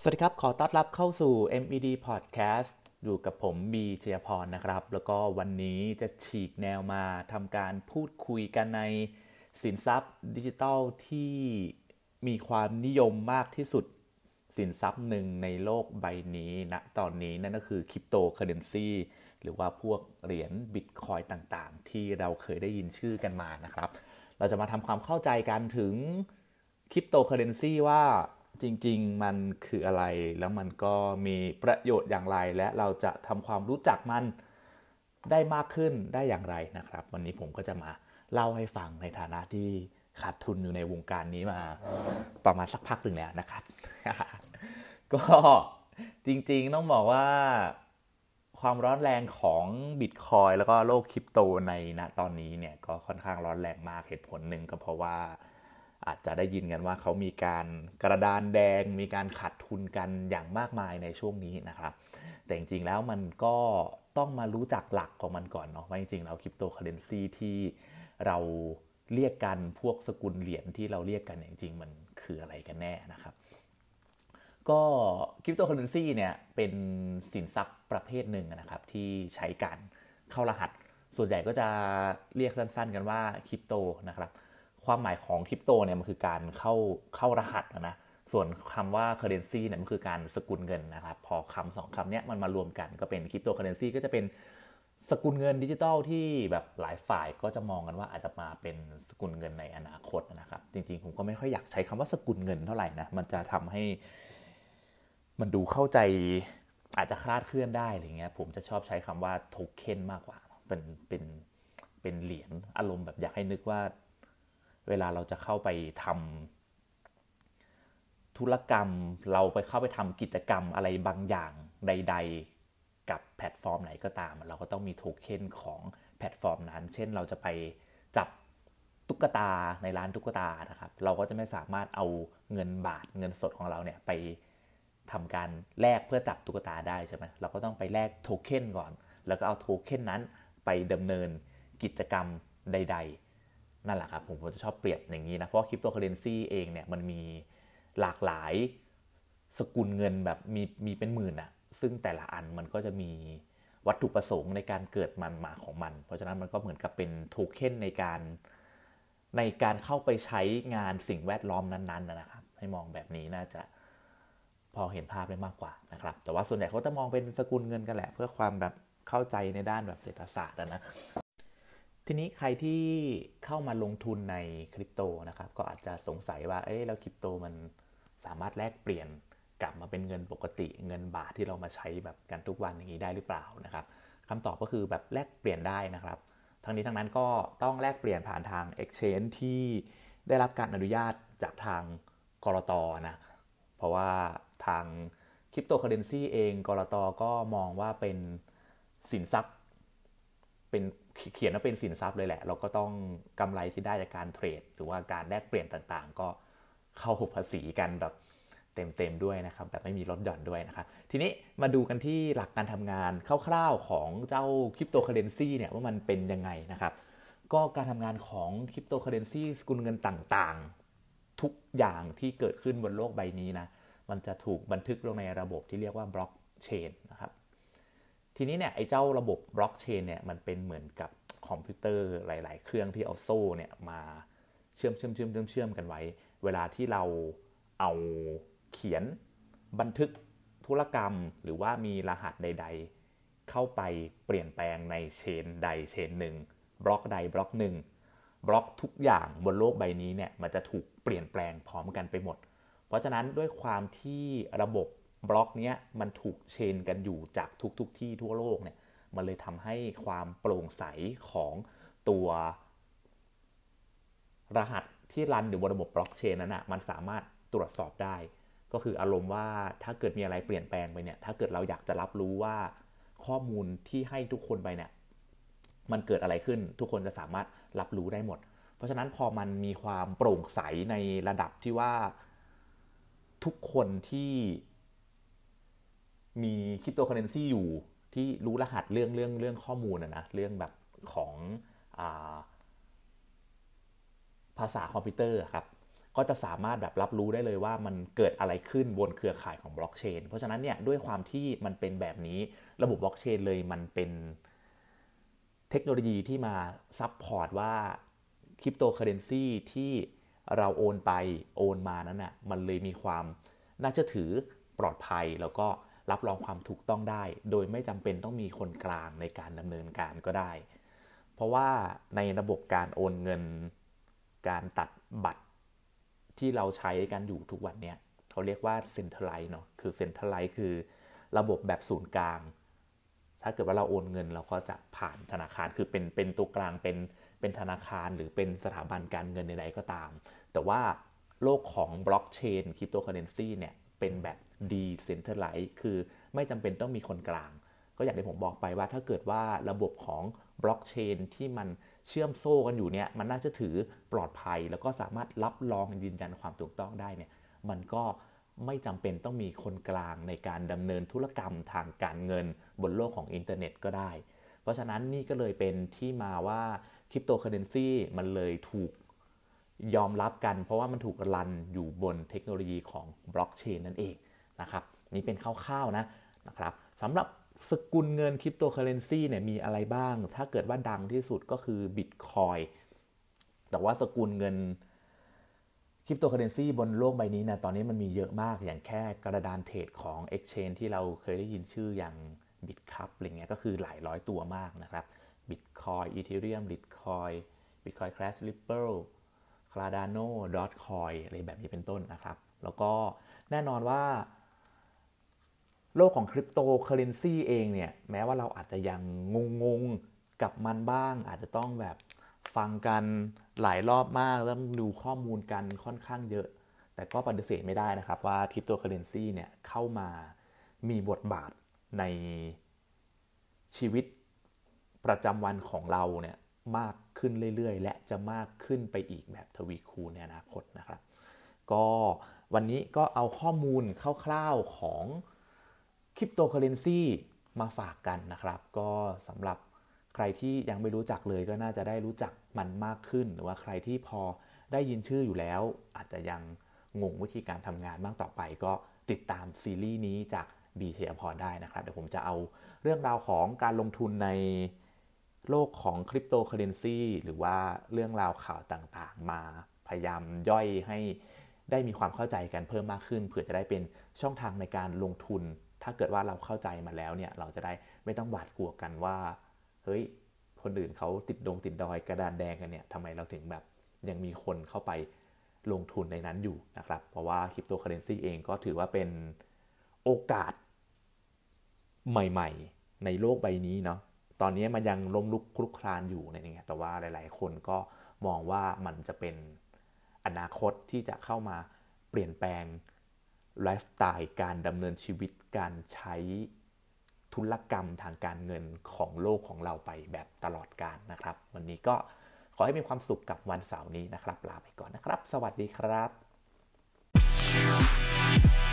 สวัสดีครับขอต้อนรับเข้าสู่ MED Podcast อยู่กับผมบีเชียพรนะครับแล้วก็วันนี้จะฉีกแนวมาทำการพูดคุยกันในสินทรัพย์ดิจิทัลที่มีความนิยมมากที่สุดสินทรัพย์หนึ่งในโลกใบนี้ณตอนนี้นั่นก็คือคริปโตเคอเรนซีหรือว่าพวกเหรียญบิตคอยต่างๆที่เราเคยได้ยินชื่อกันมานะครับเราจะมาทำความเข้าใจกันถึงคริปโตเคอเรนซีว่าจริงๆมันคืออะไรแล้วมันก็มีประโยชน์อย่างไรและเราจะทำความรู้จักมันได้มากขึ้นได้อย่างไรนะครับวันนี้ผมก็จะมาเล่าให้ฟังในฐานะที่ขาดทุนอยู่ในวงการนี้มาประมาณสักพักหนึ่งแล้วนะครับ ก็จริงๆต้องบอกว่าความร้อนแรงของบิตคอยแล้วก็โลกคริปโตในณตอนนี้เนี่ยก็ค่อนข้างร้อนแรงมากเหตุผลหนึ่งก็เพราะว่าอาจจะได้ยินกันว่าเขามีการกระดานแดงมีการขาดทุนกันอย่างมากมายในช่วงนี้นะครับแต่จริงๆแล้วมันก็ต้องมารู้จักหลักของมันก่อนเนาะว่าจริงๆแล้วคริปโตเคอเรนซีที่เราเรียกกันพวกสกุลเหรียญที่เราเรียกกันจริงๆมันคืออะไรกันแน่นะครับ ก็คริปโตเคอเรนซีเนี่ยเป็นสินทรัพย์ประเภทหนึ่งนะครับที่ใช้การเข้ารหัสส่วนใหญ่ก็จะเรียกสั้นๆกันว่าคริปโตนะครับความหมายของคริปโตเนี่ยมันคือการเข้ารหัสนะส่วนคำว่าเคอเรนซีเนี่ยมันคือการสกุลเงินนะครับพอคำสองคำนี้มันมารวมกันก็เป็นคริปโตเคอเรนซีก็จะเป็นสกุลเงินดิจิตอลที่แบบหลายฝ่ายก็จะมองกันว่าอาจจะมาเป็นสกุลเงินในอนาคตนะครับจริงๆผมก็ไม่ค่อยอยากใช้คำว่าสกุลเงินเท่าไหร่นะมันจะทำให้ มันดูเข้าใจอาจจะคลาดเคลื่อนได้อะไรเงี้ยผมจะชอบใช้คำว่าโทเค็นมากกว่าเป็นเป็นเป็นเหรียญอารมณ์แบบอยากให้นึกว่าเวลาเราจะเข้าไปทำธุรกรรมเราไปเข้าไปทำกิจกรรมอะไรบางอย่างใดๆกับแพลตฟอร์มไหนก็ตามเราก็ต้องมีโทเค็นของแพลตฟอร์มนั้นเช่นเราจะไปจับตุ๊กตาในร้านตุ๊กตานะครับเราก็จะไม่สามารถเอาเงินบาทเงินสดของเราเนี่ยไปทำการแลกเพื่อจับตุ๊กตาได้ใช่ไหมเราก็ต้องไปแลกโทเค็นก่อนแล้วก็เอาโทเค็นนั้นไปดำเนินกิจกรรมใดๆนั่นแหละครับผมจะชอบเปรียบอย่างนี้นะเพราะคริปโตเคอเรนซีเองเนี่ยมันมีหลากหลายสกุลเงินแบบมีเป็นหมื่นอะซึ่งแต่ละอันมันก็จะมีวัตถุประสงค์ในการเกิดมันมาของมันเพราะฉะนั้นมันก็เหมือนกับเป็นโทเค็นในการเข้าไปใช้งานสิ่งแวดล้อมนั้นๆนะครับให้มองแบบนี้น่าจะพอเห็นภาพได้มากกว่านะครับแต่ว่าส่วนใหญ่เขาจะมองเป็นสกุลเงินกันแหละเพื่อความแบบเข้าใจในด้านแบบเศรษฐศาสตร์นะทีนี้ใครที่เข้ามาลงทุนในคริปโตนะครับก็อาจจะสงสัยว่าเอ๊ะแล้วคริปโตมันสามารถแลกเปลี่ยนกลับมาเป็นเงินปกติเงินบาทที่เรามาใช้แบบกันทุกวันอย่างนี้ได้หรือเปล่านะครับคำตอบก็คือแบบแลกเปลี่ยนได้นะครับทั้งนี้ทั้งนั้นก็ต้องแลกเปลี่ยนผ่านทาง Exchange ที่ได้รับการอนุญาตจากทางกลตนะเพราะว่าทางคริปโตเคอเรนซีเองกลตก็มองว่าเป็นสินทรัพย์เป็นเขียนว่าเป็นสินทรัพย์เลยแหละเราก็ต้องกำไรที่ได้จากการเทรดหรือว่าการแลกเปลี่ยนต่างๆก็เข้าหุบภาษีกันแบบเต็มๆด้วยนะครับแบบไม่มีลดหย่อนด้วยนะครับทีนี้มาดูกันที่หลักการทำงานคร่าวๆของเจ้าคริปโตเคอเรนซีเนี่ยว่ามันเป็นยังไงนะครับก็การทำงานของคริปโตเคอเรนซีสกุลเงินต่างๆทุกอย่างที่เกิดขึ้นบนโลกใบนี้นะมันจะถูกบันทึกลงในระบบที่เรียกว่าบล็อกเชนนะครับทีนี้เนี่ยไอ้เจ้าระบบบล็อกเชนเนี่ยมันเป็นเหมือนกับคอมพิวเตอร์หลายๆเครื่องที่เอาโซ่เนี่ยมาเชื่อมกันไว้เวลาที่เราเอาเขียนบันทึกธุรกรรมหรือว่ามีรหัสใดๆเข้าไปเปลี่ยนแปลงในเชนใดเชนหนึ่งบล็อกใดบล็อกหนึ่งบล็อกทุกอย่างบนโลกใบนี้เนี่ยมันจะถูกเปลี่ยนแปลงพร้อมกันไปหมดเพราะฉะนั้นด้วยความที่ระบบบล็อกนี้มันถูกเชนกันอยู่จากทุกที่ทั่วโลกเนี่ยมันเลยทำให้ความโปร่งใสของตัวรหัสที่รันอยู่บนระบบบล็อกเชนนั้นนะมันสามารถตรวจสอบได้ก็คืออารมณ์ว่าถ้าเกิดมีอะไรเปลี่ยนแปลงไปเนี่ยถ้าเกิดเราอยากจะรับรู้ว่าข้อมูลที่ให้ทุกคนไปเนี่ยมันเกิดอะไรขึ้นทุกคนจะสามารถรับรู้ได้หมดเพราะฉะนั้นพอมันมีความโปร่งใสในระดับที่ว่าทุกคนที่มีคริปโตเคอเรนซีอยู่ที่รู้รหัสเรื่องข้อมูลนะเรื่องแบบของอาภาษาคอมพิวเตอร์ครับก็จะสามารถแบบรับรู้ได้เลยว่ามันเกิดอะไรขึ้นบนเครือข่ายของบล็อกเชนเพราะฉะนั้นเนี่ยด้วยความที่มันเป็นแบบนี้ระบบบล็อกเชนเลยมันเป็นเทคโนโลยีที่มาซัพพอร์ตว่าคริปโตเคอเรนซีที่เราโอนไปโอนมานั้นน่ะมันเลยมีความน่าเชื่อถือปลอดภัยแล้วก็รับรองความถูกต้องได้โดยไม่จำเป็นต้องมีคนกลางในการดำเนินการก็ได้เพราะว่าในระบบการโอนเงินการตัดบัตรที่เราใช้กันอยู่ทุกวันเนี้ยเขาเรียกว่าเซ็นทรัลไลซ์เนาะคือเซ็นทรัลไลซ์คือระบบแบบศูนย์กลางถ้าเกิดว่าเราโอนเงินเราก็จะผ่านธนาคารคือเป็นตัวกลางเป็นธนาคารหรือเป็นสถาบันการเงินใดๆก็ตามแต่ว่าโลกของบล็อกเชนคริปโตเคอเรนซีเนี่ยเป็นแบบดีเซ็นทรัลไลซ์คือไม่จำเป็นต้องมีคนกลางก็อย่างที่ผมบอกไปว่าถ้าเกิดว่าระบบของบล็อกเชนที่มันเชื่อมโซ่กันอยู่เนี่ยมันน่าจะถือปลอดภัยแล้วก็สามารถรับรองยืนยันความถูกต้องได้เนี่ยมันก็ไม่จำเป็นต้องมีคนกลางในการดำเนินธุรกรรมทางการเงินบนโลกของอินเทอร์เน็ตก็ได้เพราะฉะนั้นนี่ก็เลยเป็นที่มาว่าคริปโตเคอเรนซีมันเลยถูกยอมรับกันเพราะว่ามันถูกรันอยู่บนเทคโนโลยีของบล็อกเชนนั่นเองนะครับนี่เป็นคร่าวๆนะครับสำหรับสกุลเงินคริปโตเคอเรนซีเนี่ยมีอะไรบ้างถ้าเกิดว่าดังที่สุดก็คือ Bitcoin แต่ว่าสกุลเงินคริปโตเคอเรนซีบนโลกใบนี้นะตอนนี้มันมีเยอะมากอย่างแค่กระดานเทรดของ Exchange ที่เราเคยได้ยินชื่ออย่าง Bitcup อะไรเงี้ยก็คือหลายร้อยตัวมากนะครับ Bitcoin Ethereum Bitcoin Cash Ripple Cardano Dogecoin อะไรแบบนี้เป็นต้นนะครับแล้วก็แน่นอนว่าโลกของคริปโตเคอเรนซีเองเนี่ยแม้ว่าเราอาจจะยังงงกับมันบ้างอาจจะต้องแบบฟังกันหลายรอบมากแล้วดูข้อมูลกันค่อนข้างเยอะแต่ก็ปฏิเสธไม่ได้นะครับว่าคริปโตเคอเรนซีเนี่ยเข้ามามีบทบาทในชีวิตประจำวันของเราเนี่ยมากขึ้นเรื่อยๆและจะมากขึ้นไปอีกแบบทวีคูณในอนาคตนะครับก็วันนี้ก็เอาข้อมูลคร่าวๆของคริปโตเคอเรนซีมาฝากกันนะครับก็สำหรับใครที่ยังไม่รู้จักเลยก็น่าจะได้รู้จักมันมากขึ้นหรือว่าใครที่พอได้ยินชื่ออยู่แล้วอาจจะยังงงวิธีการทำงานบ้างต่อไปก็ติดตามซีรีส์นี้จากบีเชียพอได้นะครับเดี๋ยวผมจะเอาเรื่องราวของการลงทุนในโลกของคริปโตเคอเรนซีหรือว่าเรื่องราวข่าวต่างๆมาพยายามย่อยให้ได้มีความเข้าใจกันเพิ่มมากขึ้นเพื่อจะได้เป็นช่องทางในการลงทุนถ้าเกิดว่าเราเข้าใจมาแล้วเนี่ยเราจะได้ไม่ต้องหวาดกลัวกันว่าเฮ้ยคนอื่นเขาติดดอยกระดานแดงกันเนี่ยทำไมเราถึงแบบยังมีคนเข้าไปลงทุนในนั้นอยู่นะครับเพราะว่าคริปโตเคอเรนซีเองก็ถือว่าเป็นโอกาสใหม่ๆในโลกใบนี้เนาะตอนนี้มันยังล้มลุกคลุกคลานอยู่ในนี้แต่ว่าหลายๆคนก็มองว่ามันจะเป็นอนาคตที่จะเข้ามาเปลี่ยนแปลงไลฟ์สไตล์การดำเนินชีวิตการใช้ธุรกรรมทางการเงินของโลกของเราไปแบบตลอดกาลนะครับวันนี้ก็ขอให้มีความสุขกับวันเสาร์นี้นะครับลาไปก่อนนะครับสวัสดีครับ